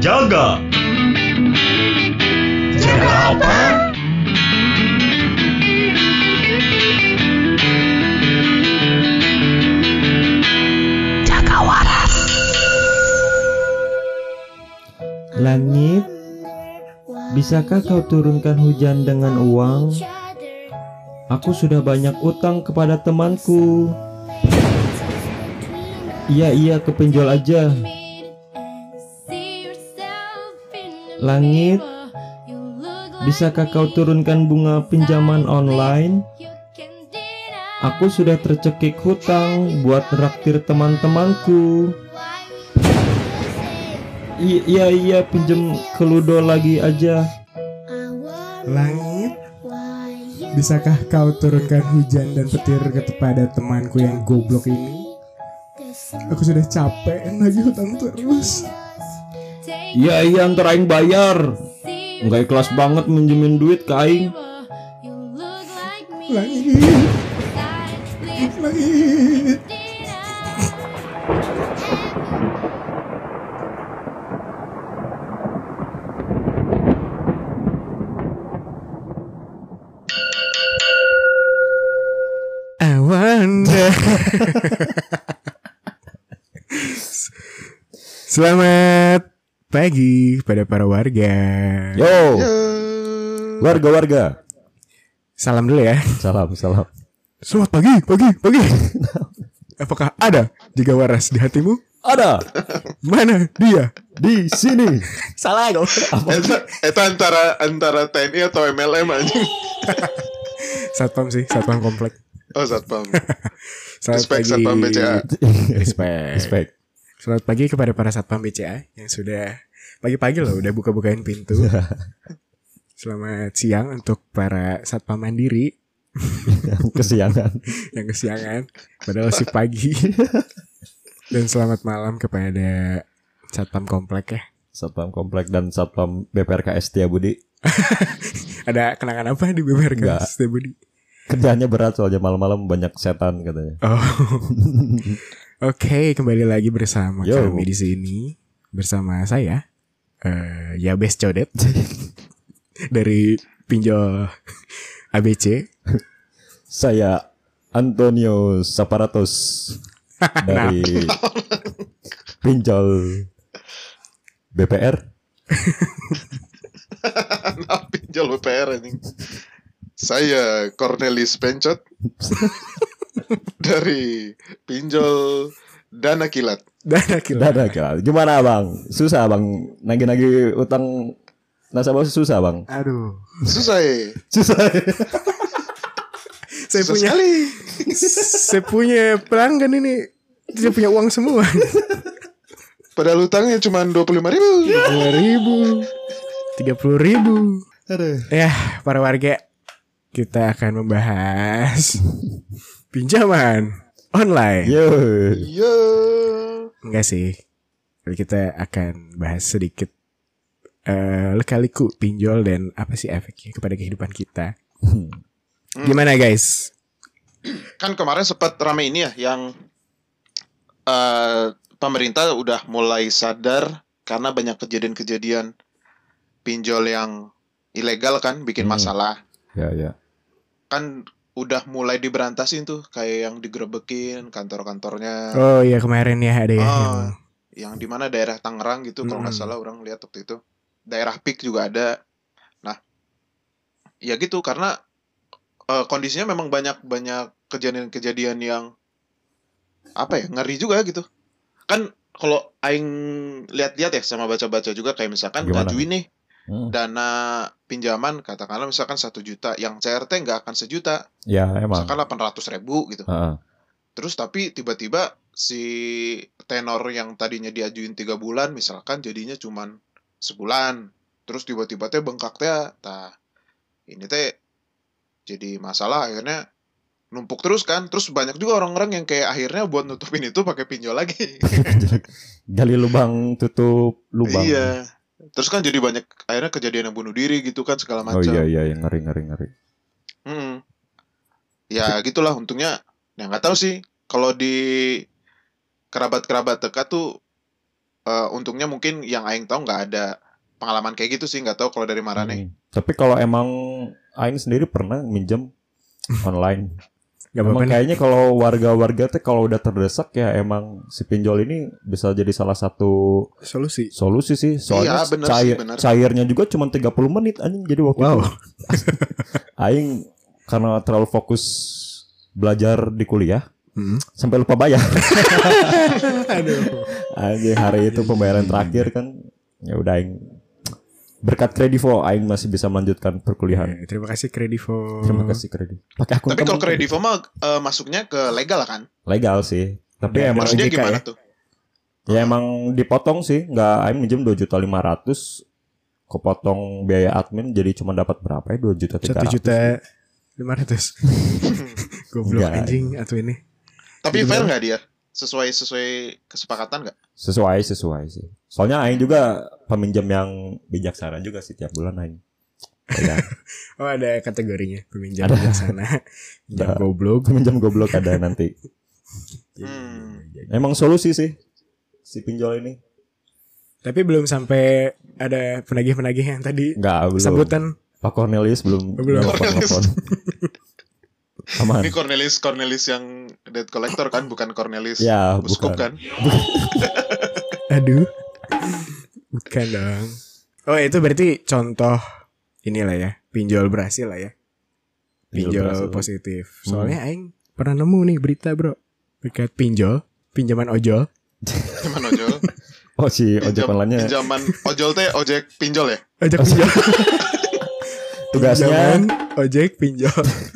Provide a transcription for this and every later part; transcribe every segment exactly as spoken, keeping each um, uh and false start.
Jaga. Jaga apa? Jaga waras. Langit, bisakah kau turunkan hujan dengan uang? Aku sudah banyak utang kepada temanku. Iya iya ke pinjol aja. Langit, bisakah kau turunkan bunga pinjaman online? Aku sudah tercekik hutang buat traktir teman-temanku. I- Iya iya pinjem ke Ludo lagi aja. Langit, bisakah kau turunkan hujan dan petir kepada temanku yang goblok ini? Aku sudah capek nagih hutang terus. Iya iya ntar aing bayar. Nggak ikhlas banget minjemin duit ke aing. Langit, langit. Awanda. Selamat pagi pada para warga. Yo, warga-warga. Salam dulu ya. Salam salam. Selamat pagi, pagi, pagi. Apakah ada Jaga Waras di hatimu? Ada Mana dia? di sini. Salah dong. Eta, eta antara antara T N I atau M L M aja. Satpam sih, satpam komplek. Oh, satpam. Selamat Respect, pagi. satpam B C A. Respect. Respect. Selamat pagi kepada para satpam B C A yang sudah pagi-pagi loh udah buka-bukain pintu. Selamat siang untuk para satpam mandiri Kesiangan. yang kesiangan padahal si pagi. Dan selamat malam kepada satpam komplek ya. Satpam komplek dan satpam B P R K S Setiabudi. Ada kenangan apa di B P R K Enggak. Setiabudi? Kerjaannya berat soalnya malam-malam banyak setan katanya. Oh. Oke, kembali lagi bersama Yo. kami di sini bersama saya eh Yabes Codet dari pinjol A B C. Saya Antonio Saparatos dari pinjol B P R. Nah, pinjol B P R anjing. Saya Cornelis Pencot dari pinjol Dana Kilat. Dana kilat. Dada kira. Gimana bang? Susah bang. Nagi-nagi utang nasabah susah bang. Aduh. Susah ya. Susah. Saya Susah punya sekali. saya punya pelanggan ini tidak punya uang semua. Padahal utangnya cuma dua puluh lima ribu. Dua ribu, tiga puluh ribu. Ya, para warga, kita akan membahas pinjaman online. Yo. Yo. Enggak sih. Kita akan bahas sedikit eh lika-liku pinjol dan apa sih efeknya kepada kehidupan kita. Gimana guys? Kan kemarin sempat rame ini ya yang eh, pemerintah udah mulai sadar karena banyak kejadian-kejadian pinjol yang ilegal kan bikin Hmm. masalah. Ya ya. Kan udah mulai diberantasin tuh kayak yang digerebekin kantor-kantornya. Oh iya kemarin ya ada ya. Ah, yang- yang di mana daerah Tangerang gitu kalau nggak Hmm. salah orang lihat waktu itu. Daerah Pik juga ada. Nah, ya gitu karena eh, kondisinya memang banyak-banyak kejadian-kejadian yang apa ya ngeri juga gitu. Kan kalau aing lihat-lihat ya sama baca-baca juga kayak misalkan Gimana? ngajuin nih Hmm. dana pinjaman katakanlah misalkan satu juta, yang C R T nggak akan sejuta, Ya emang. misalkan delapan ratus ribu gitu. Heeh. Terus tapi tiba-tiba si tenor yang tadinya diajuin tiga bulan misalkan jadinya cuman sebulan. Terus tiba-tiba teh bengkak teh, tah ini teh jadi masalah akhirnya numpuk terus kan. Terus banyak juga orang-orang yang kayak akhirnya buat nutupin itu pakai pinjol lagi. Gali lubang tutup lubang. Iya. Terus kan jadi banyak akhirnya kejadian yang bunuh diri gitu kan segala Oh macam. iya iya yang ngeri ngeri ngeri. Hmm. Ya gitulah untungnya. Ya nggak tahu sih kalau di kerabat-kerabat dekat tuh eh, untungnya mungkin yang aing tahu nggak ada pengalaman kayak gitu sih, nggak tahu kalau dari Marane. Hmm. Tapi kalau emang Aing sendiri pernah minjem online. Gak Emang apa-apa nih. kayaknya kalau warga-warga tuh kalau udah terdesak ya emang si pinjol ini bisa jadi salah satu Solusi. solusi sih. Soalnya Iya, bener cair, sih, bener. cairnya juga cuma tiga puluh menit anjing. Jadi waktu Wow. itu Aing karena terlalu fokus belajar di kuliah Hmm. sampai lupa bayar. Aduh. Anjing hari itu pembayaran terakhir kan. Ya udah Aing berkat Kredivo Aing masih bisa melanjutkan perkuliahan. Ya, terima kasih Kredivo. Terima kasih Kredivo. Pakai akun Tapi kalau temen. Kredivo mah eh, masuknya ke legal kan? Legal sih. Tapi Dan emang Terus dia O J K gimana ya? tuh? ya emang dipotong sih. Nggak Aing minjem dua juta lima ratus, kepotong biaya admin jadi cuma dapat berapa ya? dua juta tiga Satu ratus. juta lima ratus. Goblok Enggak. anjing atau ini. Tapi Gitu fair kan? nggak dia? Sesuai sesuai kesepakatan nggak? Sesuai sesuai sih. Soalnya Aing juga peminjam yang bijaksana juga sih tiap bulan Aing. Ya, Oh ada kategorinya peminjam Ada. bijaksana, pinjam Ada. goblok. peminjam goblok ada nanti. Hmm. Emang solusi sih si pinjol ini. Tapi belum sampai ada penagih-penagih yang tadi Enggak belum. sambutan. Pak Cornelius belum Belum. nelfon-nelfon. Aman. Ini Cornelis Cornelis yang debt collector kan, bukan Cornelis Ya, Uskup bukan. kan? Aduh. Bukan dong. Oh itu berarti contoh inilah ya, pinjol berhasil lah ya. Pinjol, berhasil. positif. Hmm. Soalnya aing pernah nemu nih berita, Bro. Berkat pinjol, pinjaman ojol. Cuman ojol. Oh si ojek Pinjam- online-nya Pinjaman ojol teh ojek pinjol ya? Ojek pinjol. tugasnya Pinjaman, ojek pinjol.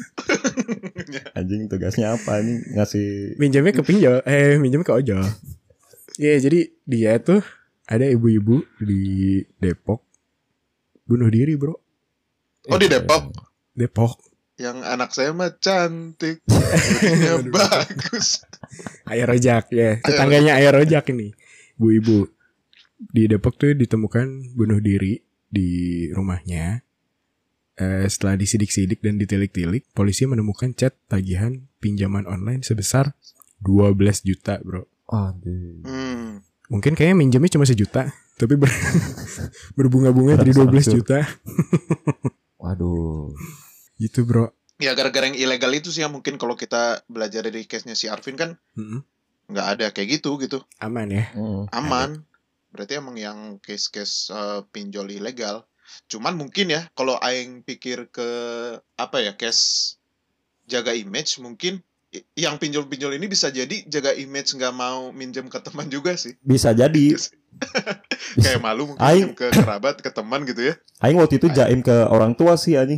anjing tugasnya apa nih ngasih Minjamnya ke pinjol, eh minjamnya ke ojol. Iya, jadi dia tuh ada ibu-ibu di Depok bunuh diri, Bro. Oh di Depok. Depok. Yang anak saya mah cantik, bodinya bagus. Ayah rojak ya, tetangganya ayah rojak ini. Bu-ibu di Depok tuh ditemukan bunuh diri di rumahnya. Eh, setelah disidik-sidik dan ditilik-tilik, polisi menemukan chat tagihan pinjaman online sebesar dua belas juta, Bro. Aduh. Hmm. Mungkin kayaknya minjemnya cuma sejuta, tapi ber berbunga-bunga jadi dua belas juta. Waduh. Gitu, Bro. Ya gara-gara yang ilegal itu sih yang mungkin kalau kita belajar dari case-nya si Arvin kan Mm-mm. nggak ada kayak gitu gitu. Aman ya. Mm. Aman. Berarti emang yang case-case eh, pinjol ilegal. Cuman mungkin ya kalau aing pikir ke apa ya case jaga image mungkin i- yang pinjol-pinjol ini bisa jadi jaga image nggak mau minjem ke teman juga sih. Bisa jadi. Kayak malu mungkin Aing- minjem ke kerabat, ke teman gitu ya. Aing waktu itu jaim ke orang tua sih anjing.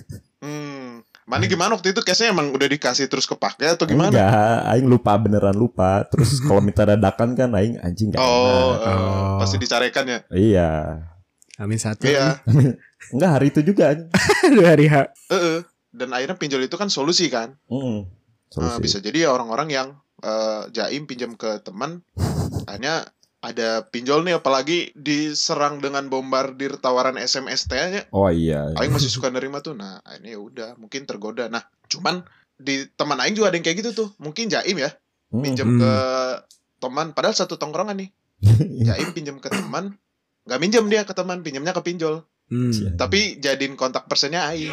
Hmm. Mani gimana waktu itu case-nya emang udah dikasih terus kepake atau gimana? Enggak, Aing lupa beneran lupa. Terus kalau minta dadakan kan Aing anjing gak Oh, enak. eh, Oh. pasti dicarikan ya. Iya. Amin satu. Iya. Enggak hari itu juga anjing. Aduh, hari H. Heeh. Dan akhirnya pinjol itu kan solusi kan. Mm. Nah, Solusi. bisa jadi ya orang-orang yang eh, jaim pinjam ke teman, hanya ada pinjol nih, apalagi diserang dengan bombardir tawaran S M S T-nya. Oh iya. Aing masih suka nerima tuh. Nah, ini ya udah mungkin tergoda. Nah, cuman di teman Aing juga ada yang kayak gitu tuh. Mungkin jaim ya, Mm. pinjam Hmm. ke teman. Padahal satu tongkrongan nih. Jaim pinjam ke teman, nggak minjem dia ke teman, pinjamnya ke pinjol. Hmm. Tapi jadiin kontak personnya Aing.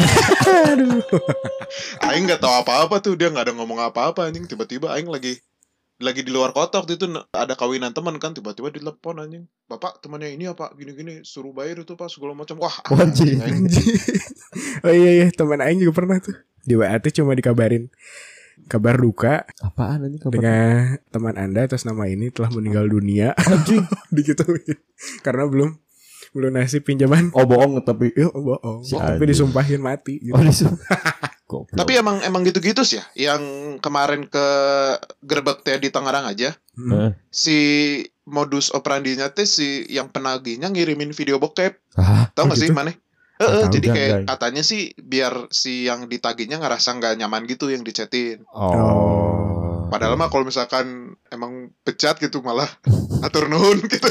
Aduh. Aing nggak tahu apa-apa tuh, dia nggak ada ngomong apa-apa anjing. Tiba-tiba Aing lagi lagi di luar kota waktu itu, ada kawinan teman kan, tiba-tiba ditelepon anjing. Bapak temannya ini apa gini-gini, suruh bayar itu Pak segala macam. Wah, Anjing. Aing. Oh iya iya, teman aing juga pernah tuh. Di W A T cuma dikabarin kabar duka Apaan anjing kabar? dengan teman Anda atas nama ini telah meninggal dunia. Anjing. Digituin. Karena belum belum nasi pinjaman. Oh bohong tapi. Yo bohong. Si Tapi anjing. disumpahin mati gitu. Oh disuruh. Goblok. Tapi emang emang gitu-gitu sih ya. Yang kemarin ke gerbek teh di Tangerang aja, Hmm. Eh. si modus operandinya teh si yang penagihnya ngirimin video bokep. Ah, Tahu Oh, nggak sih gitu? mana? Nggak Heeh, tahu. jadi Nggak, kayak nggak. katanya sih biar si yang ditagihnya ngerasa nggak nyaman gitu yang dicetin. Oh. Padahal mah kalau misalkan emang pecat gitu malah atur nuhun gitu.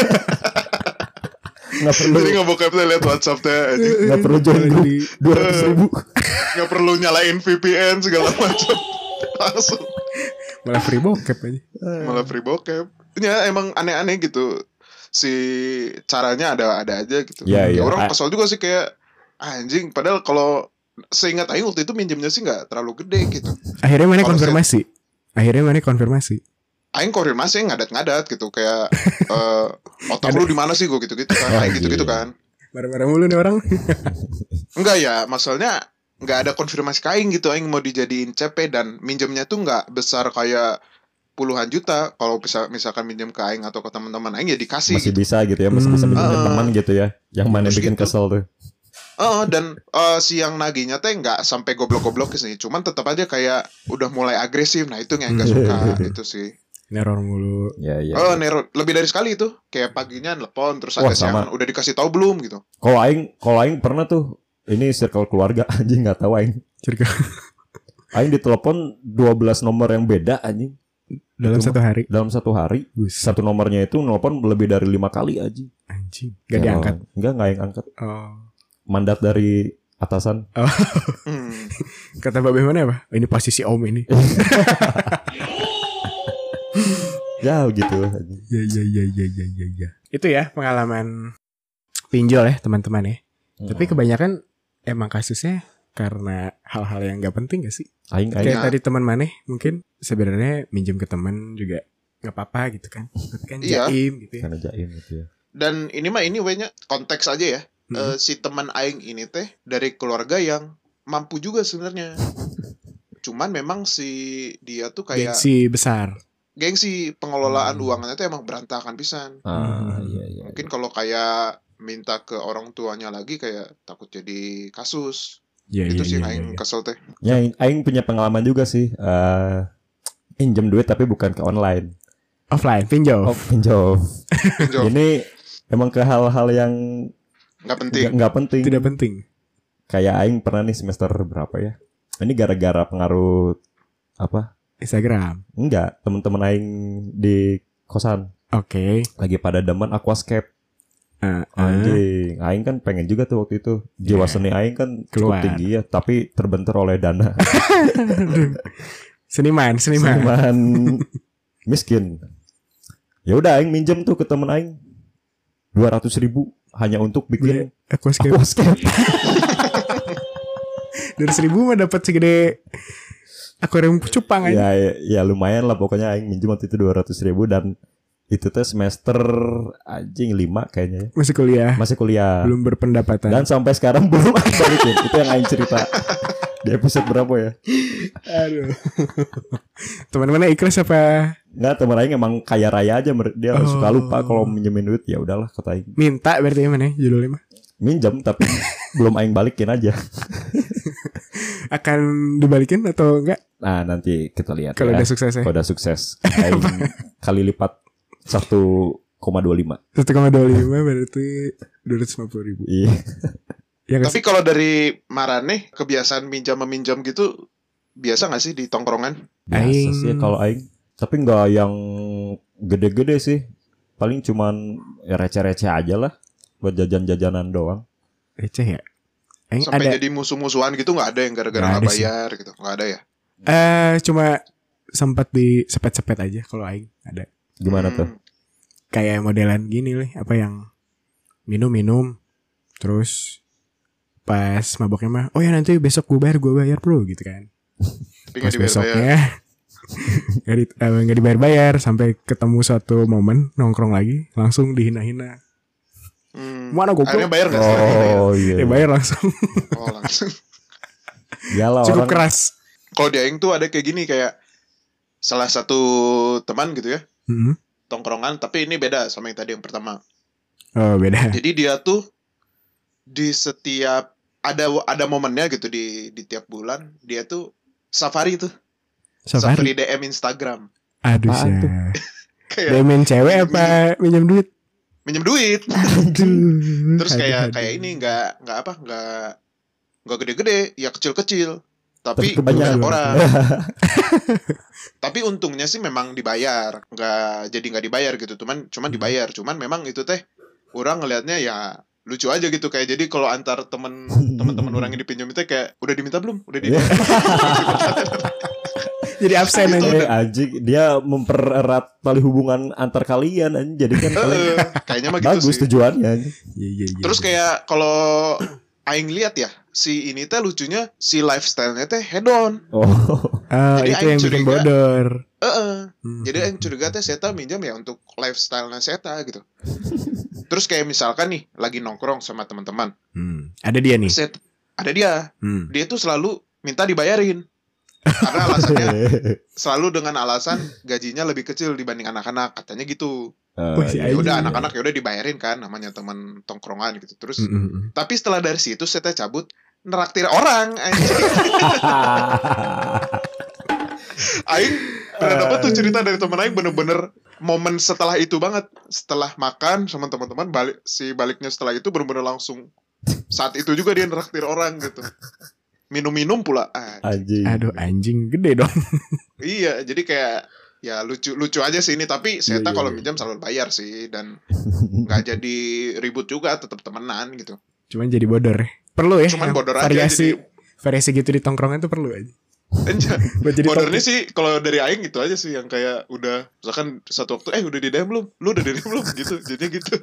Nggak perlu Jadi nggak bokep teh lihat WhatsApp teh, anjing. nggak perlu join grup Jadi- dua ratus ribu. Nggak perlu nyalain V P N segala macam. Langsung Malah free bokep aja. malah free bokep. Ya emang aneh-aneh gitu. Si caranya ada ada aja gitu. Iya, Ya iya. orang A- kesel juga sih kayak anjing. Padahal kalau seingat Aing waktu itu minjemnya sih nggak terlalu gede gitu. Akhirnya mana Kalau konfirmasi? Akhirnya mana konfirmasi? Aing konfirmasi ngadat-ngadat gitu kayak eh otak lu di mana sih gue gitu-gitu kan. Oh, Kayak gitu-gitu iya. kan. Marah-marah mulu nih orang. Enggak ya, masalahnya nggak ada konfirmasi ke Aing gitu. Aing mau dijadiin C P dan minjemnya tuh nggak besar kayak puluhan juta. Kalau bisa misalkan minjem ke Aing atau ke teman-teman Aing ya dikasih Masih gitu. bisa gitu ya, masih bisa Hmm. minjem ke Ah. teman gitu ya. Yang mana Terus bikin gitu. kesel tuh. Oh, dan eh, si yang nagihnya teh nggak sampai goblok-goblok sih, cuman tetap aja kayak udah mulai agresif. Nah itu yang nggak suka itu sih. Neror mulu. Ya, ya. Oh, ya. Nero lebih dari sekali itu. Kayak paginya nelpon terus Wah, agak sama. siangan udah dikasih tahu belum gitu. Kalau aing, kalau aing pernah tuh ini circle keluarga anjing nggak tahu aing. Cerita Aing ditelepon dua belas nomor yang beda anjing dalam Itu satu hari. dalam satu hari. Buset, Satu nomornya itu nelpon lebih dari lima kali anjing. anjing. Gak Ya, diangkat. Enggak, enggak yang angkat. Oh. Mandat dari atasan. Hmm. Kata Babe mana apa? Ini pasti si Om ini. Ya gitu anjing. Ya ya ya ya ya ya ya. Itu ya pengalaman pinjol ya teman-teman ya. Tapi kebanyakan emang kasusnya karena hal-hal yang gak penting gak sih? Aing aing Kayak Iya. tadi teman maneh mungkin sebenarnya minjem ke teman juga nggak apa-apa gitu kan. Tapi kan Iya. jaim gitu ya. karena jaim gitu ya. Dan ini mah ini wehnya konteks aja ya. Hmm. Eh, si teman Aing ini teh dari keluarga yang mampu juga sebenarnya. Cuman memang si dia tuh kayak Gengsi besar. gengsi pengelolaan Hmm. uangnya tuh emang berantakan pisan. Ah, Hmm. iya iya. Mungkin kalau kayak minta ke orang tuanya lagi kayak takut jadi kasus. Ya, Itu ya, sih ya, yang ya, Aing ya. kesel teh. Ya, aing, aing punya pengalaman juga sih. Eh pinjem duit tapi bukan ke online. Offline, pinjol. Oh, pinjam. Pinjol. Ini emang ke hal-hal yang Nggak penting. nggak nggak penting. Tidak penting. Kayak aing pernah nih semester berapa ya? Ini gara-gara pengaruh apa? Instagram. Enggak, teman-teman aing di kosan Oke. lagi pada demen aquascape. Uh, uh, Anjing, aing kan pengen juga tuh waktu itu. Jiwa Iya. seni aing kan cukup Keluar. tinggi ya, tapi terbentur oleh dana Seniman, seniman. seniman miskin. Ya udah aing minjem tuh ke temen aing dua ratus ribu hanya untuk bikin Aquascape. aquascape. Dari seribu mah dapat segede akuarium cupang aja. ya, ya, ya lumayan lah pokoknya aing minjem waktu itu dua ratus ribu dan itu tuh semester anjing lima kayaknya ya. Masih kuliah. Masih kuliah. Belum berpendapatan. Dan sampai sekarang belum aing balikin. Itu yang aing cerita di episode berapa ya? Aduh. Teman-teman ikhlas apa? Nggak, temen aing emang kaya raya aja, mer- dia Oh. suka lupa kalau minjemin duit. Ya udahlah kata aing. Minta berarti mana judulnya mah? Minjem tapi belum aing balikin aja. Akan dibalikin atau enggak? Nah, nanti kita lihat Kalau ya. udah sukses ya. Kalau udah sukses. Aing kali lipat satu koma dua lima. satu koma dua lima berarti dua ratus lima puluh ribu. Iya. Ya nggak Tapi sih? kalau dari Marane kebiasaan minjam meminjam gitu biasa nggak sih di tongkrongan? Biasa Aing- sih kalau aing. Tapi nggak yang gede-gede sih. Paling cuman ya receh-receh aja lah. Buat jajan-jajanan doang. Receh ya? Aing Sampai ada jadi musuh-musuhan gitu nggak ada yang gara-gara Nggak nggak ada sih. bayar gitu, nggak ada ya? eh cuma sempat di sepet-sepet aja kalau aing ada. Gimana Hmm. tuh? Kayak modelan gini nih, apa yang minum-minum terus pas maboknya mah, oh ya nanti besok gue bayar, gue bayar bro gitu kan. Tapi Pas nggak dibayar-bayar. besoknya nggak di, eh, nggak dibayar-bayar sampai ketemu suatu momen nongkrong lagi langsung dihina-hina. Hmm. Mana goblok? Akhirnya bayar nggak? Akhirnya bayar. Oh iya. Eh bayar langsung. Oh, langsung. Iyalah Cukup orang keras. Kalau di Aing tuh ada kayak gini kayak salah satu teman gitu ya, Hmm. tongkrongan, tapi ini beda sama yang tadi yang pertama. Oh beda. Jadi dia tuh di setiap ada ada momennya gitu di di tiap bulan dia tuh safari tuh, Safari. safari D M Instagram. Aduh Apaan tuh? sih. Kayak Demen cewek apa minjem duit? minjem duit. Aduh. Terus aduh, kayak aduh. kayak ini nggak nggak apa nggak nggak gede-gede, ya kecil-kecil. Tapi Tapi kebanyakan. banyak orang. Tapi untungnya sih memang dibayar, nggak jadi nggak dibayar gitu. Cuman cuman Hmm. dibayar. Cuman memang itu teh orang ngelihatnya ya lucu aja gitu kayak jadi kalau antar temen teman-teman orang yang dipinjam itu kayak udah diminta belum? Udah di Jadi absen Gitu. aja. Eh, anjing dia mempererat tali hubungan antar kalian anjing. Jadi kan kalian Heeh, kayaknya mah gitu bagus sih. tujuannya anjing. Iya iya iya. Terus kayak kalau aing lihat ya, si ini teh lucunya si lifestyle-nya teh hedon. Oh. Oh, Jadi itu aing yang bikin curiga. bodor. Heeh. Hmm. Jadi aing curiga teh Seta minjam ya untuk lifestyle-nya Seta gitu. Terus kayak misalkan nih lagi nongkrong sama teman-teman. Hmm. Ada dia nih. Set ada dia. Hmm. Dia tuh selalu minta dibayarin. Karena alasannya selalu dengan alasan gajinya lebih kecil dibanding anak-anak, katanya gitu. Oh, Wih, iya. Ya udah Anjing. anak-anak ya udah dibayarin kan namanya teman tongkrongan gitu. Terus Hmm, hmm, hmm. tapi setelah dari situ Seta cabut neraktir orang anjing. Aing pernah dapat tuh cerita dari teman Aing bener-bener momen setelah itu banget. Setelah makan sama teman-teman balik si baliknya setelah itu bener-bener langsung saat itu juga dia neraktir orang gitu. Minum-minum pula. Anjing. Anjing. Aduh anjing gede dong. Iya, jadi kayak ya lucu lucu aja sih ini tapi Iya, Seta iya, kalau iya. minjam selalu bayar sih dan nggak jadi ribut juga tetap temenan gitu. Cuman jadi bodor ya. Perlu ya. Cuman yang bodor aja variasi, jadi variasi gitu di tongkrongan tuh perlu aja. Anjay. Buat jadi Bodornya topik. sih kalau dari Aing gitu aja sih yang kayak udah misalkan satu waktu eh udah di D M belum? Lu udah di D M belum? Gitu. Jadinya gitu.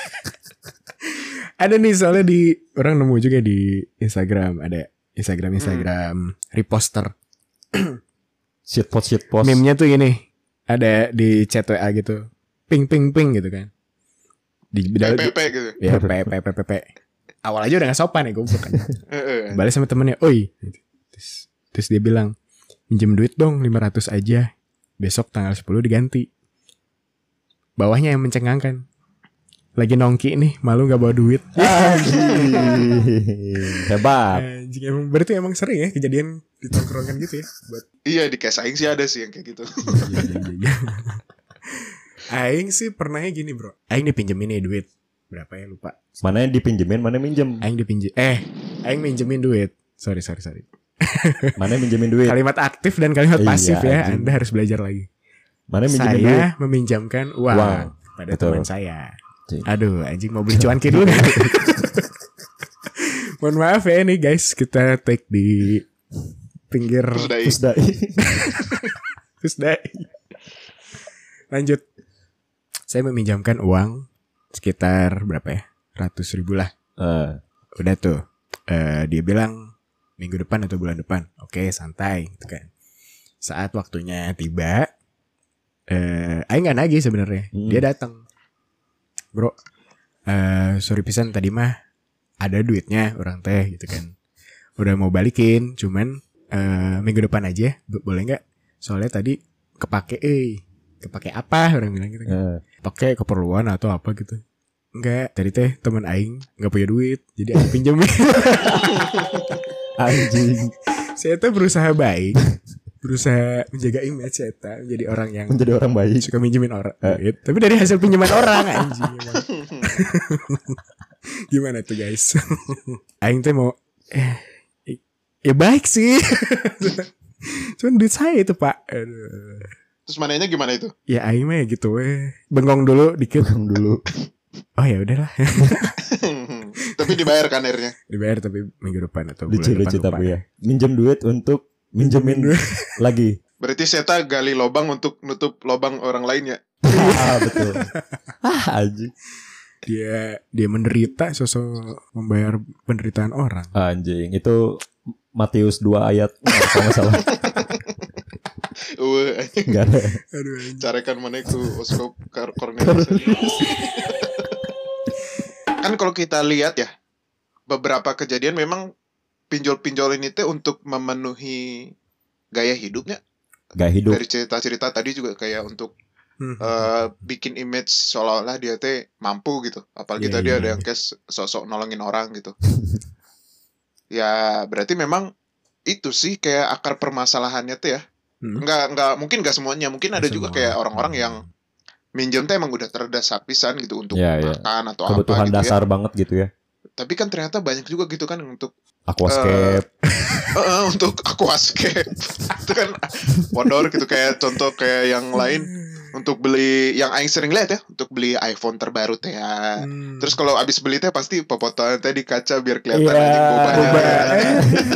Ada nih soalnya di orang nemu juga di Instagram ada Instagram Instagram reposter. Shit post shit post. Meme-nya tuh gini. Ada di chat W A gitu. Ping ping ping gitu kan. Di P dalam P P gitu. ya p p p p p. Awal aja udah gak sopan ya goblok kan. Heeh. Balik sama temennya, oi. Terus, terus dia bilang, minjem duit dong lima ratus aja. Besok tanggal sepuluh diganti. Bawahnya yang mencengangkan. Lagi nongki nih, malu gak bawa duit. Anjing. Hebat. Anjing, emang, berarti emang sering ya kejadian di tongkrongan gitu ya. Buat Iya di case Aing sih ada sih yang kayak gitu. iya, iya, iya. Aing sih pernahnya gini bro. Aing dipinjemin nih duit. Berapa ya lupa. Mana yang dipinjemin, mana yang minjem. Aing dipinjem. Eh, Aing minjemin duit. Sorry, sorry, sorry. Mana yang minjemin duit. Kalimat aktif dan kalimat Iya, pasif ya. anjing. Anda harus belajar lagi. Mana yang minjemin Saya duit. meminjamkan uang Uang. pada Betul. teman saya. Cik. Aduh, anjing mau beli cuanki dulu kan? Mohon maaf ya nih guys, kita take di pinggir Terus dari Terus dai. terus dai. Lanjut. Saya meminjamkan uang sekitar berapa ya? Ratus ribu lah. Eh, Udah tuh. Eh, dia bilang minggu depan atau bulan depan. Oke, santai gitu kan. Saat waktunya tiba, eh Aing nggak nagih sebenarnya. Hmm. Dia datang. Bro, eh sorry pisan tadi mah ada duitnya orang teh gitu kan. Udah mau balikin, cuman eh minggu depan aja, bo- boleh nggak? Soalnya tadi kepake, eh kepake apa orang bilang gitu kan. eh. Pakai keperluan atau apa gitu. Enggak, tadi teh teman Aing nggak punya duit, jadi Aing pinjemin. Anjing. Saya tuh berusaha baik, berusaha menjaga image saya tuh menjadi orang yang Menjadi orang baik. suka minjemin orang Eh. duit. Tapi dari hasil pinjaman orang anjing emang. Gimana tuh guys? Aing teh mau eh, ya baik sih. Cuman duit saya itu pak. Aduh. terus mananya gimana itu? Ya Aing mah ya gitu weh. Bengong dulu dikit. Bengong dulu. Oh ya udahlah. Tapi dibayar kan akhirnya. Dibayar tapi minggu depan atau bulan Lucu-lucu depan. tapi ya. Minjem duit untuk minjemin Minjemin duit. lagi. Berarti Seta gali lobang untuk nutup lobang orang lain ya. Ah, betul. Ah, anjing. Dia dia menderita sosok membayar penderitaan orang. Anjing, itu Matius dua ayat kalau nggak salah. Wah, Enggak ada. Aduh anjing. carekan mana ku oskop kar- Cornelius. Kan kalau kita lihat ya, beberapa kejadian memang pinjol-pinjol ini teh untuk memenuhi gaya hidupnya. Gak hidup. Dari cerita-cerita tadi juga kayak untuk Hmm. eh, bikin image seolah-olah dia teh mampu gitu. Apalagi Iya, tadi iya, ada iya. yang kayak sosok nolongin orang gitu. Ya berarti memang itu sih kayak akar permasalahannya tuh ya. Hmm. Enggak enggak mungkin enggak semuanya. Mungkin ada juga Semua. kayak orang-orang yang minjem teh emang udah terdesak pisan gitu untuk Iya, iya. makan atau Kebutuhan apa gitu dasar ya. banget gitu ya. Tapi kan ternyata banyak juga gitu kan untuk Aquascape. eh, eh, untuk aquascape. Itu kan bodor gitu kayak contoh kayak yang lain untuk beli yang aing sering lihat ya, untuk beli iPhone terbaru teh ya. Hmm. Terus kalau abis beli teh pasti fotoan teh di kaca biar kelihatan Iya. anjing bobanya. Boba. teh.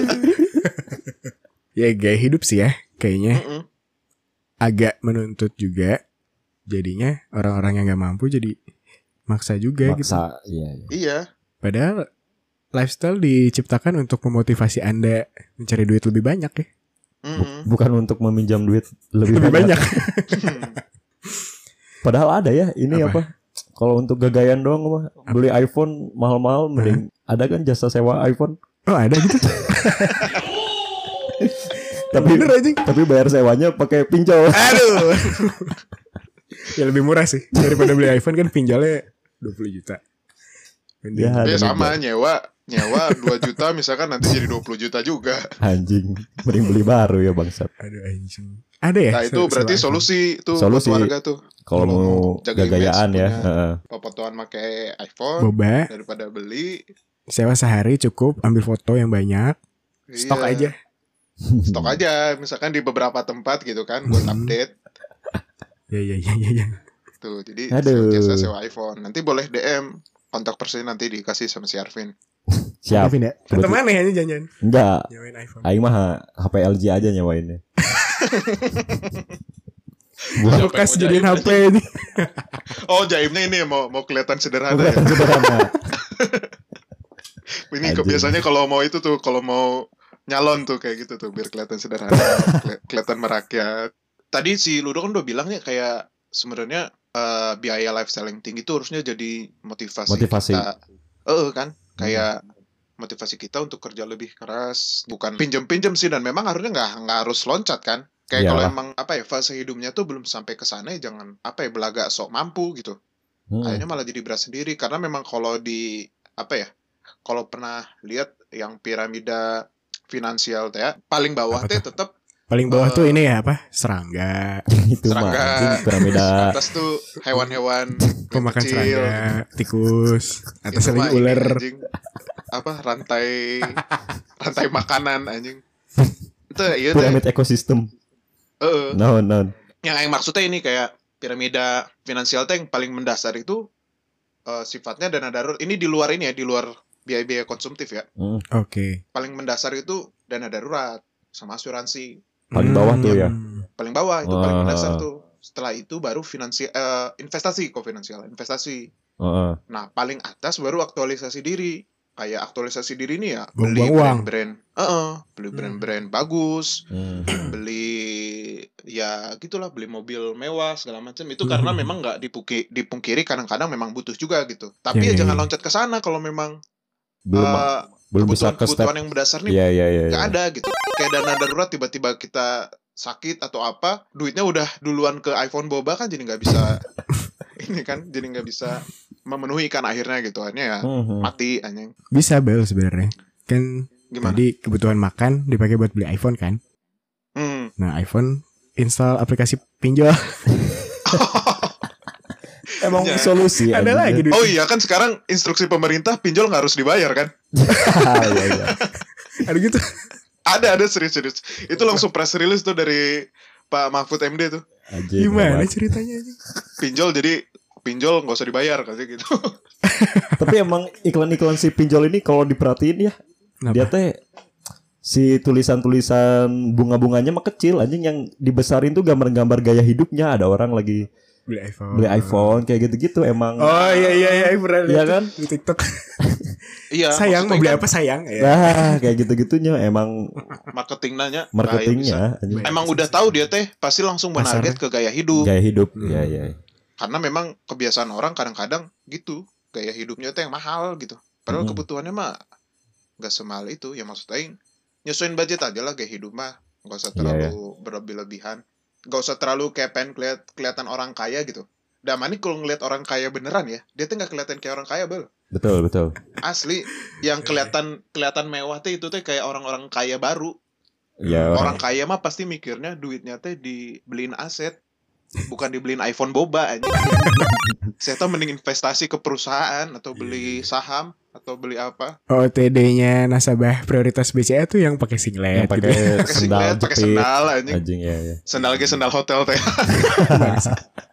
Ya gaya hidup sih ya kayaknya Mm-mm. agak menuntut juga. Jadinya orang-orang yang gak mampu jadi maksa juga gitu. Maksa, iya, iya. Iya. Padahal lifestyle diciptakan untuk memotivasi Anda mencari duit lebih banyak ya. Mm-mm. Bukan untuk meminjam duit lebih, Lebih banyak. banyak. Padahal ada ya, ini Apa? apa? Kalau untuk gagayan doang mah beli iPhone mahal-mahal mending ada kan jasa sewa iPhone. Oh ada gitu. Tapi Bener anjing. tapi bayar sewanya pakai pinjol. Aduh. Ya lebih murah sih daripada beli iPhone kan pinjolnya dua puluh juta. Mending. Ya, Ya ada sama juga. nyewa nyewa dua juta misalkan nanti jadi dua puluh juta juga. Anjing, mending beli baru ya bangsat. Aduh anjing. Ada ya? Nah itu se- berarti sewa solusi tuh Solusi. buat warga tuh. Kalau mau jaga gagayaan image ya, punya heeh. Fotoan pakai iPhone? iPhone Boba, daripada beli. sewa sehari cukup, ambil foto yang banyak, stok Iya, aja. Stok aja misalkan di beberapa tempat gitu kan buat Hmm. update. Ya ya ya ya ya. Tuh, jadi Aduh. jasa sewa iPhone. Nanti boleh D M kontak person nanti dikasih sama si Arvin. Siap. Tapi enggak. Betul. Tetep aneh aja jangan Enggak, nyawain iPhone. aing mah H P L G aja nyawainnya. Buat Siapa Kulkas yang mau jadiin jaim H P ini. Oh, jaimnya ini mau mau kelihatan sederhana ya. kelihatan sederhana. Ini Anjing. biasanya kalau mau itu tuh kalau mau nyalon tuh kayak gitu tuh biar kelihatan sederhana, keli- kelihatan merakyat. Tadi si Ludo kan udah bilang ya kayak sebenarnya eh, biaya lifestyle yang tinggi itu harusnya jadi motivasi, Motivasi. kita. Eh kan kayak motivasi kita untuk kerja lebih keras, bukan pinjam-pinjam sih, dan memang harusnya nggak nggak harus loncat kan. Kayak kalau Iyalah. emang apa ya fase hidupnya tuh belum sampai ke sana ya jangan apa ya belagak sok mampu gitu. Hmm. Kayaknya malah jadi berat sendiri karena memang kalau di apa ya kalau pernah lihat yang piramida finansial teh ya, paling bawah Apa teh tuh? tetap Paling bawah Eh, tuh ini ya apa? Serangga, Itu mah serangga. anjing piramida. atas tuh hewan-hewan pemakan kecil. serangga, tikus, atasnya Itu mah lagi ini, ular. anjing. Apa rantai rantai makanan anjing. Itu iya teh. Piramid ekosistem. Heeh. Naon naon. Yang aing maksudnya ini kayak piramida finansial teh yang paling mendasar itu eh, sifatnya dana darurat. Ini di luar ini ya, di luar biaya-biaya konsumtif ya. Hmm. Oke. Paling mendasar itu dana darurat sama asuransi. Paling bawah tuh ya. Hmm. Paling bawah itu paling Wah. mendasar tuh. Setelah itu baru finansi eh, investasi kok finansial, investasi. Heeh. Nah, paling atas baru aktualisasi diri. Kayak aktualisasi diri ini ya, beli Buang-buang uang. brand-brand. Heeh, beli brand-brand bagus, Hmm. beli ya gitulah, beli mobil mewah segala macam. Itu karena Hmm. memang nggak dipuki, dipungkiri kadang-kadang memang butuh juga gitu. Tapi Ya, ya ya, jangan ya. loncat ke sana kalau memang Belum eh, belum bisa ke step. kebutuhan-kebutuhan yang berdasar nih Iya iya iya. nggak iya. ada gitu. Kayak dana darurat tiba-tiba kita sakit atau apa, duitnya udah duluan ke iPhone boba kan jadi nggak bisa ini kan jadi nggak bisa memenuhi kan akhirnya gitu akhirnya ya Hmm. mati anjing. Bisa Bel sebenarnya. Kan Gimana? tadi kebutuhan makan dipakai buat beli iPhone kan. Hmm. Nah, iPhone install aplikasi pinjol. Emang Ya. solusi. Ada anjing. lagi duit. Oh iya kan sekarang instruksi pemerintah pinjol nggak harus dibayar kan? Iya iya. Ada gitu. Ada ada serius-serius. Itu langsung press release tuh dari Pak Mahfud M D tuh. Anjing, Gimana hebat. ceritanya ini? Pinjol jadi pinjol nggak usah dibayar katanya gitu. Tapi emang iklan-iklan si pinjol ini kalau diperhatiin ya, Kenapa? dia teh si tulisan-tulisan bunga-bunganya mah kecil, anjing yang dibesarin tuh gambar-gambar gaya hidupnya. Ada orang lagi beli iPhone. beli iPhone kayak gitu-gitu emang. Oh iya iya iya pernah lihat Iya tuh kan? di TikTok. Iya. Sayang mau maksudnya beli kan apa sayang ya. Nah, kayak gitu-gitunya emang marketing nanya. marketingnya anjing. Emang udah tahu dia teh pasti langsung Pasar. menarget ke gaya hidup. Gaya hidup. Hmm. Iya iya. Karena memang kebiasaan orang kadang-kadang gitu, gaya hidupnya tuh yang mahal gitu. Padahal Hmm. kebutuhannya mah nggak semahal itu. Ya maksud aing nyesuaiin budget aja lah gaya hidup mah, nggak usah Iya, terlalu berlebih-lebihan, nggak usah terlalu kayak pengen keliat, kelihatan orang kaya gitu. Damani kalau ngeliat orang kaya beneran ya, dia tuh nggak kelihatan kayak orang kaya bel. Betul betul. Asli, yang kelihatan kelihatan mewah tuh itu tuh kayak orang-orang kaya baru. Ya Orang kaya mah pasti mikirnya duitnya teh dibeliin aset, bukan dibeliin iPhone boba aja. Saya tuh mending investasi ke perusahaan atau beli saham atau beli apa? O T D-nya nasabah prioritas B C A tuh yang pakai yang singlet gitu. pakai Pakai sendal singlet, pakai jepit. sendal anjing. Anjing ya ya. Sendal ge sendal hotel teh.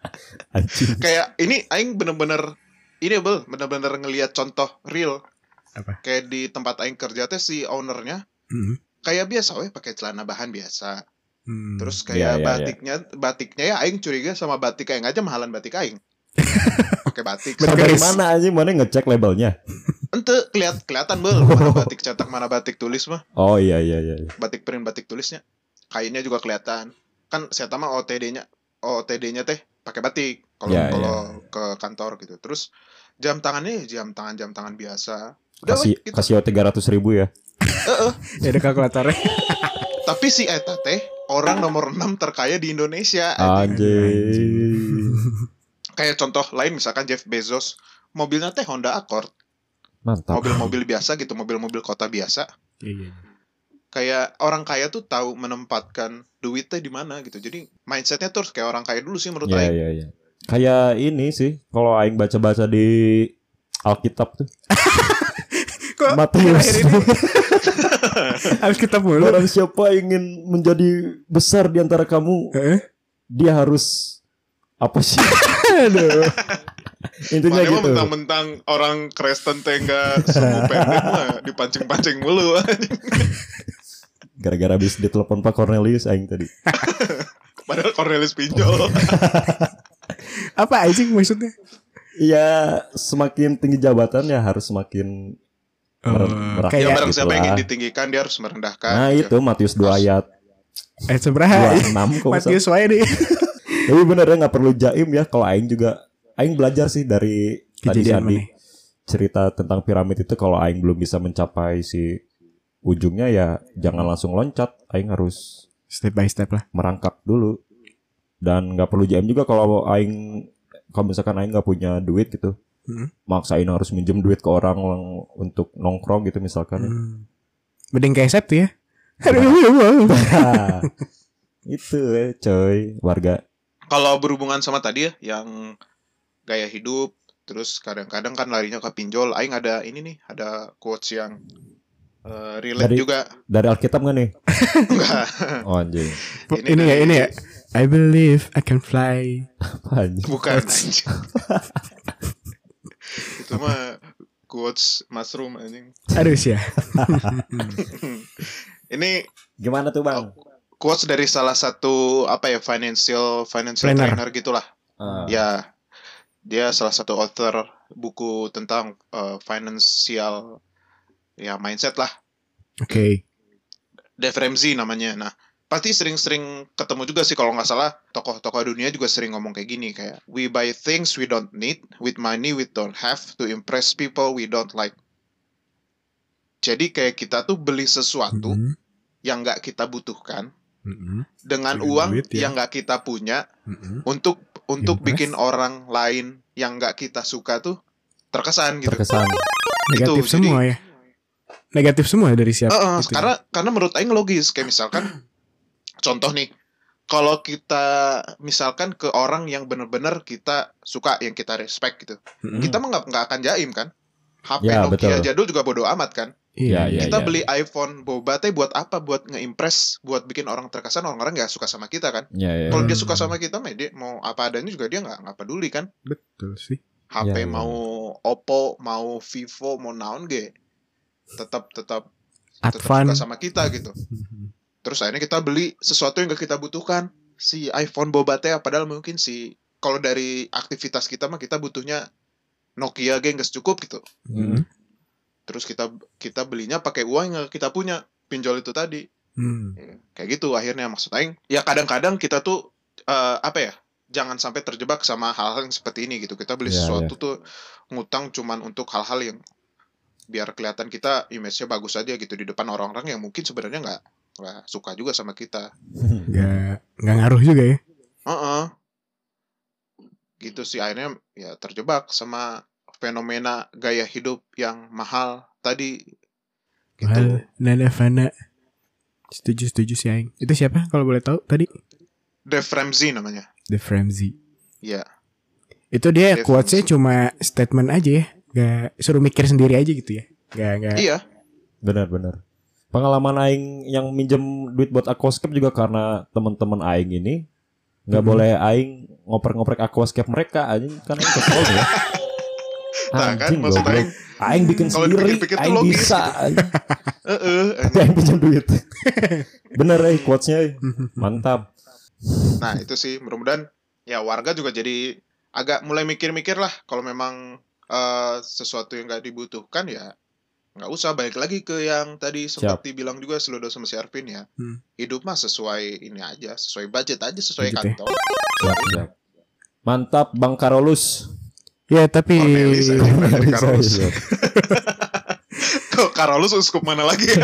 Anjing. Kayak ini aing bener-bener ini bel, bener-bener ngelihat contoh real. Apa? Kayak di tempat aing kerja teh si ownernya Hmm. kayak biasa weh pakai celana bahan biasa. Hmm. Terus Iya, kayak iya, batiknya batiknya ya aing curiga sama batik aing aja mahalan batik aing. Pakai batik. Dari Bergaris. mana anjing, mana ngecek labelnya? Ente keliat kelihatan bel mana batik cetak mana batik tulis mah. Oh iya iya iya. Batik print batik tulisnya. Kainnya juga kelihatan. Kan saya mah O T D-nya O T D-nya teh pakai batik kalau Ya, kalau ke kantor gitu. Terus jam tangannya jam tangan jam tangan biasa. Udah Kasih weh, gitu. kasih tiga ratus ribu ya. Heeh. Ya ada kalkulatornya. Tapi si eta teh orang nomor enam terkaya di Indonesia. Anjing. Kayak contoh lain misalkan Jeff Bezos, mobilnya teh Honda Accord. Mantap. Mobil-mobil biasa gitu, mobil-mobil kota biasa. Iya. Kayak orang kaya tuh tahu menempatkan duitnya di mana gitu. Jadi mindsetnya tuh harus kayak orang kaya dulu sih menurut Iya aing. iya iya. Kayak ini sih kalau aing baca-baca di Alkitab tuh. Kok Matius. akhir ini harus kita mulu. Barang siapa ingin menjadi besar di antara kamu, Heeh. dia harus apa sih? Aduh. Intinya Makanya mah gitu. mentang-mentang orang Kristen teh enggak semua pendek mah dipancing-pancing mulu. Gara-gara habis ditelepon Pak Cornelius aing tadi. Padahal Cornelius pinjol. Apa anjing maksudnya? Iya, semakin tinggi jabatan ya harus semakin mer- merangkak Ya kayak barang siapa gitulah. ingin ditinggikan dia harus merendahkan. Nah gitu. itu Matius dua ayat eh seberapa? dua puluh enam kok. Matius wae deh. Tapi bener ya nggak perlu jaim ya. Kalau aing juga aing belajar sih dari tadi Kejadian Sandi mana? cerita tentang piramid itu. Kalau aing belum bisa mencapai si ujungnya ya jangan langsung loncat. Aing harus Step by step lah. merangkak dulu. Dan nggak perlu jaim juga kalau aing kalau misalkan aing nggak punya duit gitu. Hmm. Maksain harus minjem duit ke orang yang- untuk nongkrong gitu misalkan. ya. Hmm. Mending kayak Sep tuh ya. Nah, itu eh coy warga. Kalau berhubungan sama tadi ya yang gaya hidup terus kadang-kadang kan larinya ke pinjol, aing ada ini nih, ada quotes yang uh, relate Dari- juga. Dari Alkitab nggak nih? Enggak. Oh anjing. Ini ini ya, dari- ini ya. I believe I can fly. Apa anjing? Bukan anjing. Itu mah quotes mushroom anjing. Aduh sih ya. Ini Gimana tuh bang? quotes dari salah satu apa ya financial financial Planner. trainer gitulah. Ah. Ya, dia salah satu author buku tentang uh, financial ya mindset lah. Oke. Dave Ramsey namanya. Nah, pasti sering-sering ketemu juga sih kalau nggak salah tokoh-tokoh dunia juga sering ngomong kayak gini kayak we buy things we don't need with money we don't have to impress people we don't like. Jadi kayak kita tuh beli sesuatu Mhm. yang nggak kita butuhkan Mhm. dengan Dengan uang duit, ya. yang nggak kita punya Mhm. untuk untuk Impress. bikin orang lain yang nggak kita suka tuh terkesan gitu. Terkesan. Negatif Itu, semua ya. Negatif semua dari siapa? Heeh, gitu. karena karena menurut Aing logis kayak misalkan contoh nih kalau kita misalkan ke orang yang benar-benar kita suka yang kita respect gitu Mhm. kita mah nggak nggak akan jaim kan H P Ya, Nokia betul. jadul juga bodo amat kan Iya, Ya, iya. ya. kita beli iPhone boba teh buat apa buat nge-impress buat bikin orang terkesan orang-orang nggak suka sama kita kan Ya, ya. kalau dia Hmm. suka sama kita mah dia mau apa adanya juga dia nggak nggak peduli kan Betul sih. H P Ya, ya. mau Oppo mau Vivo mau naon ge tetap tetap tetap Advan. suka sama kita gitu. Terus akhirnya kita beli sesuatu yang gak kita butuhkan. Si iPhone boba teh padahal mungkin si kalau dari aktivitas kita mah kita butuhnya Nokia geng gak cukup gitu. Hmm. Terus kita kita belinya pakai uang yang gak kita punya, pinjol itu tadi. Hmm. Ya, kayak gitu akhirnya maksud aing. Ya kadang-kadang kita tuh eh, apa ya? Jangan sampai terjebak sama hal-hal yang seperti ini gitu. Kita beli Ya, sesuatu tuh ngutang cuman untuk hal-hal yang biar kelihatan kita image-nya bagus aja gitu di depan orang-orang yang mungkin sebenarnya nggak nggak suka juga sama kita. Gak, gak ngaruh juga ya. Heeh. Gitu sih akhirnya ya terjebak sama fenomena gaya hidup yang mahal tadi. Gitu. Mahal, Nana Fana. Setuju, setuju sih Aing. Itu siapa kalau boleh tahu tadi? Dave Ramsey namanya. The Ramsey. Iya. Itu dia Dave quotes-nya Ramsey. cuma statement aja ya. Gak suruh mikir sendiri aja gitu ya. Gak, gak. Iya. Benar-benar. Pengalaman aing yang minjem duit buat aquascape juga karena teman-teman aing ini Nggak boleh aing ngoprek-ngoprek aquascape mereka anjing kan aing kesel ya. Nah, kan, Anjing maksud goblok. aing, Aing bikin kalau sendiri, dipikir-pikir tuh aing logis bisa. gitu. anjing. Heeh. Tapi aing pinjam duit. Bener eh quotes-nya. eh. Mantap. Nah itu sih mudah-mudahan ya warga juga jadi agak mulai mikir-mikir lah kalau memang eh, sesuatu yang nggak dibutuhkan ya nggak usah, balik lagi ke yang tadi sempat Siap. dibilang juga Seludo sama si Arvin ya. Hmm. Hidup mah sesuai ini aja, sesuai budget aja, sesuai Budget ya. kantong. Siap, siap. Mantap Bang Karolus. Ya tapi Cornelis aja, bukan dari Karolus. Siap. Kok Karolus uskup mana lagi ya?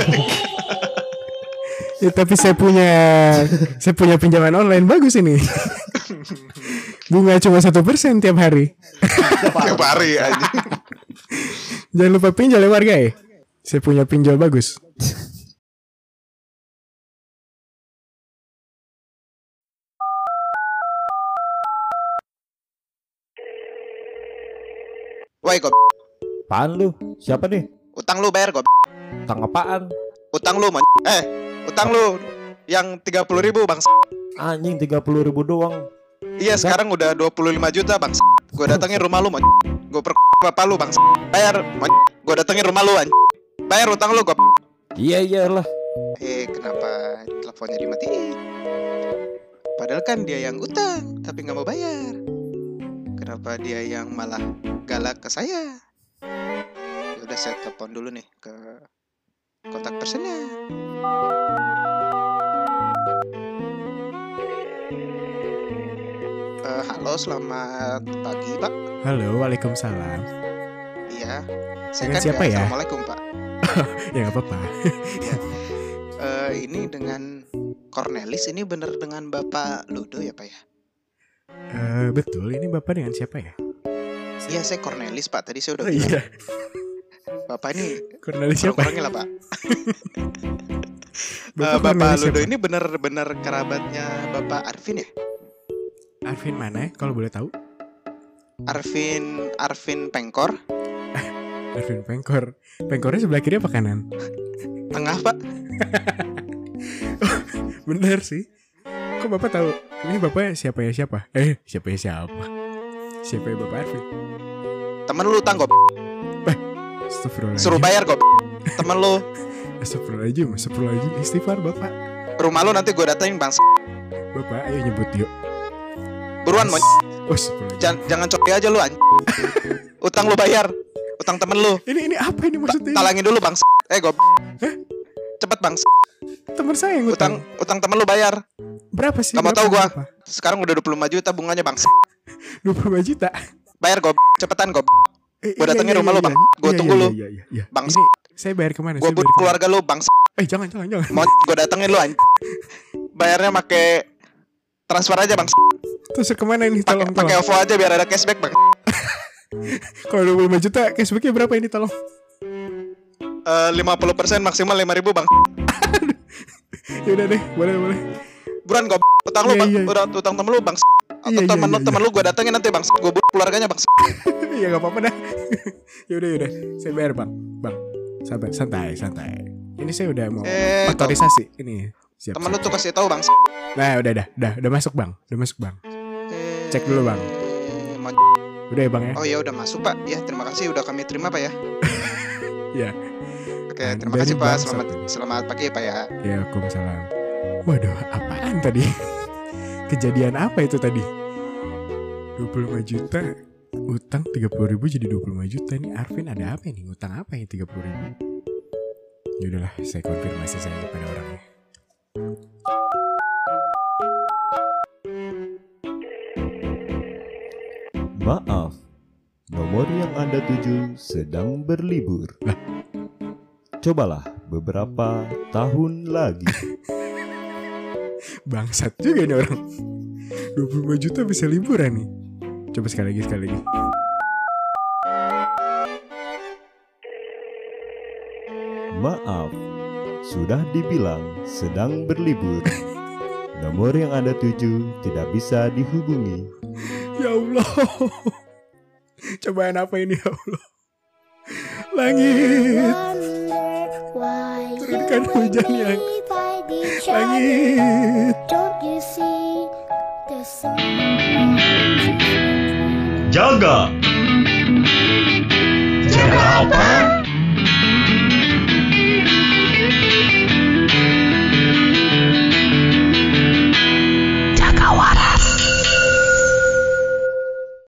ya, tapi saya punya saya punya pinjaman online bagus ini. Bunga cuma satu persen tiap hari. Tiap hari aja. Jangan lupa pinjol ya warga ya. Saya punya pinjol bagus. Woi, kok Apaan lu? Siapa nih? utang lu bayar kok. Tang apaan? Utang lu, mon. Eh, utang lu yang tiga puluh ribu bang. Anjing tiga puluh ribu doang. Iya, sekarang udah dua puluh lima juta bang. Gue datengin rumah lu, mon. Gue per bapak lu bang. Bayar, mon. Gue datengin rumah lu, an. Bayar utang lu, kok. Iya iyalah. Eh, kenapa teleponnya dimatiin? Padahal kan dia yang utang, tapi nggak mau bayar. Kenapa dia yang malah galak ke saya? Ya udah, saya telepon dulu nih ke kontak personnya. Eh, halo, selamat pagi, Pak. Halo, waalaikumsalam. Iya. Saya Dengan kan siapa nggak ya? Assalamualaikum, Pak. Ya nggak apa-apa. Eh, ini dengan Cornelis, ini bener dengan Bapak Ludo ya, Pak ya? Eh, betul, ini bapak dengan siapa ya? Iya, saya Cornelis, Pak. Tadi saya udah Oh bilang. iya, Bapak ini Cornelis siapa? kurang-kurangnya lah, Pak. Bapak Eh, Bapak Cornelis Ludo siapa? ini bener-bener kerabatnya Bapak Arvin ya? Arvin mana? Kalau boleh tahu? Arvin Arvin Pengkor, Arvin Pengkor. Pengkornya sebelah kiri apa kanan? tengah, Pak. Bener sih. Kok bapak tahu? Ini bapak siapa ya siapa? Eh, siapa ya siapa? Siapa ya bapak Arvin? Temen lu utang kok, Astagfirullahaladzim. suruh bayar kok. Temen lu, Astagfirullahaladzim, astagfirullahaladzim. Istighfar bapak. rumah lu nanti gue datengin bang. Bapak, ayo nyebut yuk. Buruan mau, Oh, astagfirullahaladzim. jangan jangan coki aja lu, anj. Utang lu bayar, utang temen lu. Ini ini apa ini maksudnya? Talangin dulu bang. Eh gob, cepet bang. Teman saya yang Utang utang. utang temen lu bayar. Berapa sih? Nggak mau Berapa? tahu gua. Berapa? Sekarang udah dua puluh lima juta bunganya bang. dua puluh lima juta. Bayar gob, cepetan gob. Eh, Gua iya, datengin iya, rumah iya, lu, Bang. iya. Gua Iya, tunggu iya, lu. Iya, iya, iya. Bang. Ini saya bayar kemana? Gue Saya butuh bayar kemana? keluarga lu bang. Eh, jangan, jangan, jangan. Mau gue datengin lu, anj. Bayarnya pakai transfer aja bang. Terus kemana ini? Pakai Tolong, pakai tolong. OVO aja biar ada cashback bang. Kalau dua puluh lima juta, cashbacknya berapa ini? Tolong. Eh, lima puluh persen maksimal lima ribu bang. Ya udah deh, boleh, boleh. Buruan gob, utang lu Iya, bang, iya. udah utang temen lu bang. Atau Iya, iya, temen lu iya, temen lu gue datengin nanti bang. Gue butuh keluarganya bang. Ya nggak apa-apa dah. Ya udah, ya udah. Saya bayar bang, bang. Sabar, santai, santai. Ini saya udah mau Eh, otorisasi. Ini siap. Temen lu siap, tuh siap. kasih tahu bang. Nah, udah, dah, udah, udah masuk bang, udah masuk bang. Eh, Cek dulu, Bang. mau- Udah ya bang ya. Oh ya udah masuk pak. Ya terima kasih udah kami terima pak ya. Ya. Oke terima Anda kasih ini pak. bangsat Selamat ini. selamat pagi ya pak ya. Ya, Waalaikumsalam. Waduh, apaan tadi? Kejadian apa itu tadi? dua puluh lima juta utang tiga puluh ribu jadi dua puluh lima juta. Ini Arvin ada apa nih? Utang apa yang tiga puluh ribu? Ya udahlah, saya konfirmasi saja kepada orangnya. Maaf, nomor yang Anda tuju sedang berlibur. Lah. Cobalah beberapa tahun lagi. Bangsat juga ini orang. dua puluh lima juta bisa liburan nih. Coba sekali lagi, sekali lagi. Maaf, sudah dibilang sedang berlibur. Nomor yang Anda tuju tidak bisa dihubungi. Ya Allah. Cobaan apa ini ya Allah? Langit, turunkan hujan yang langit. Don't you see the Jaga. Jaga apa?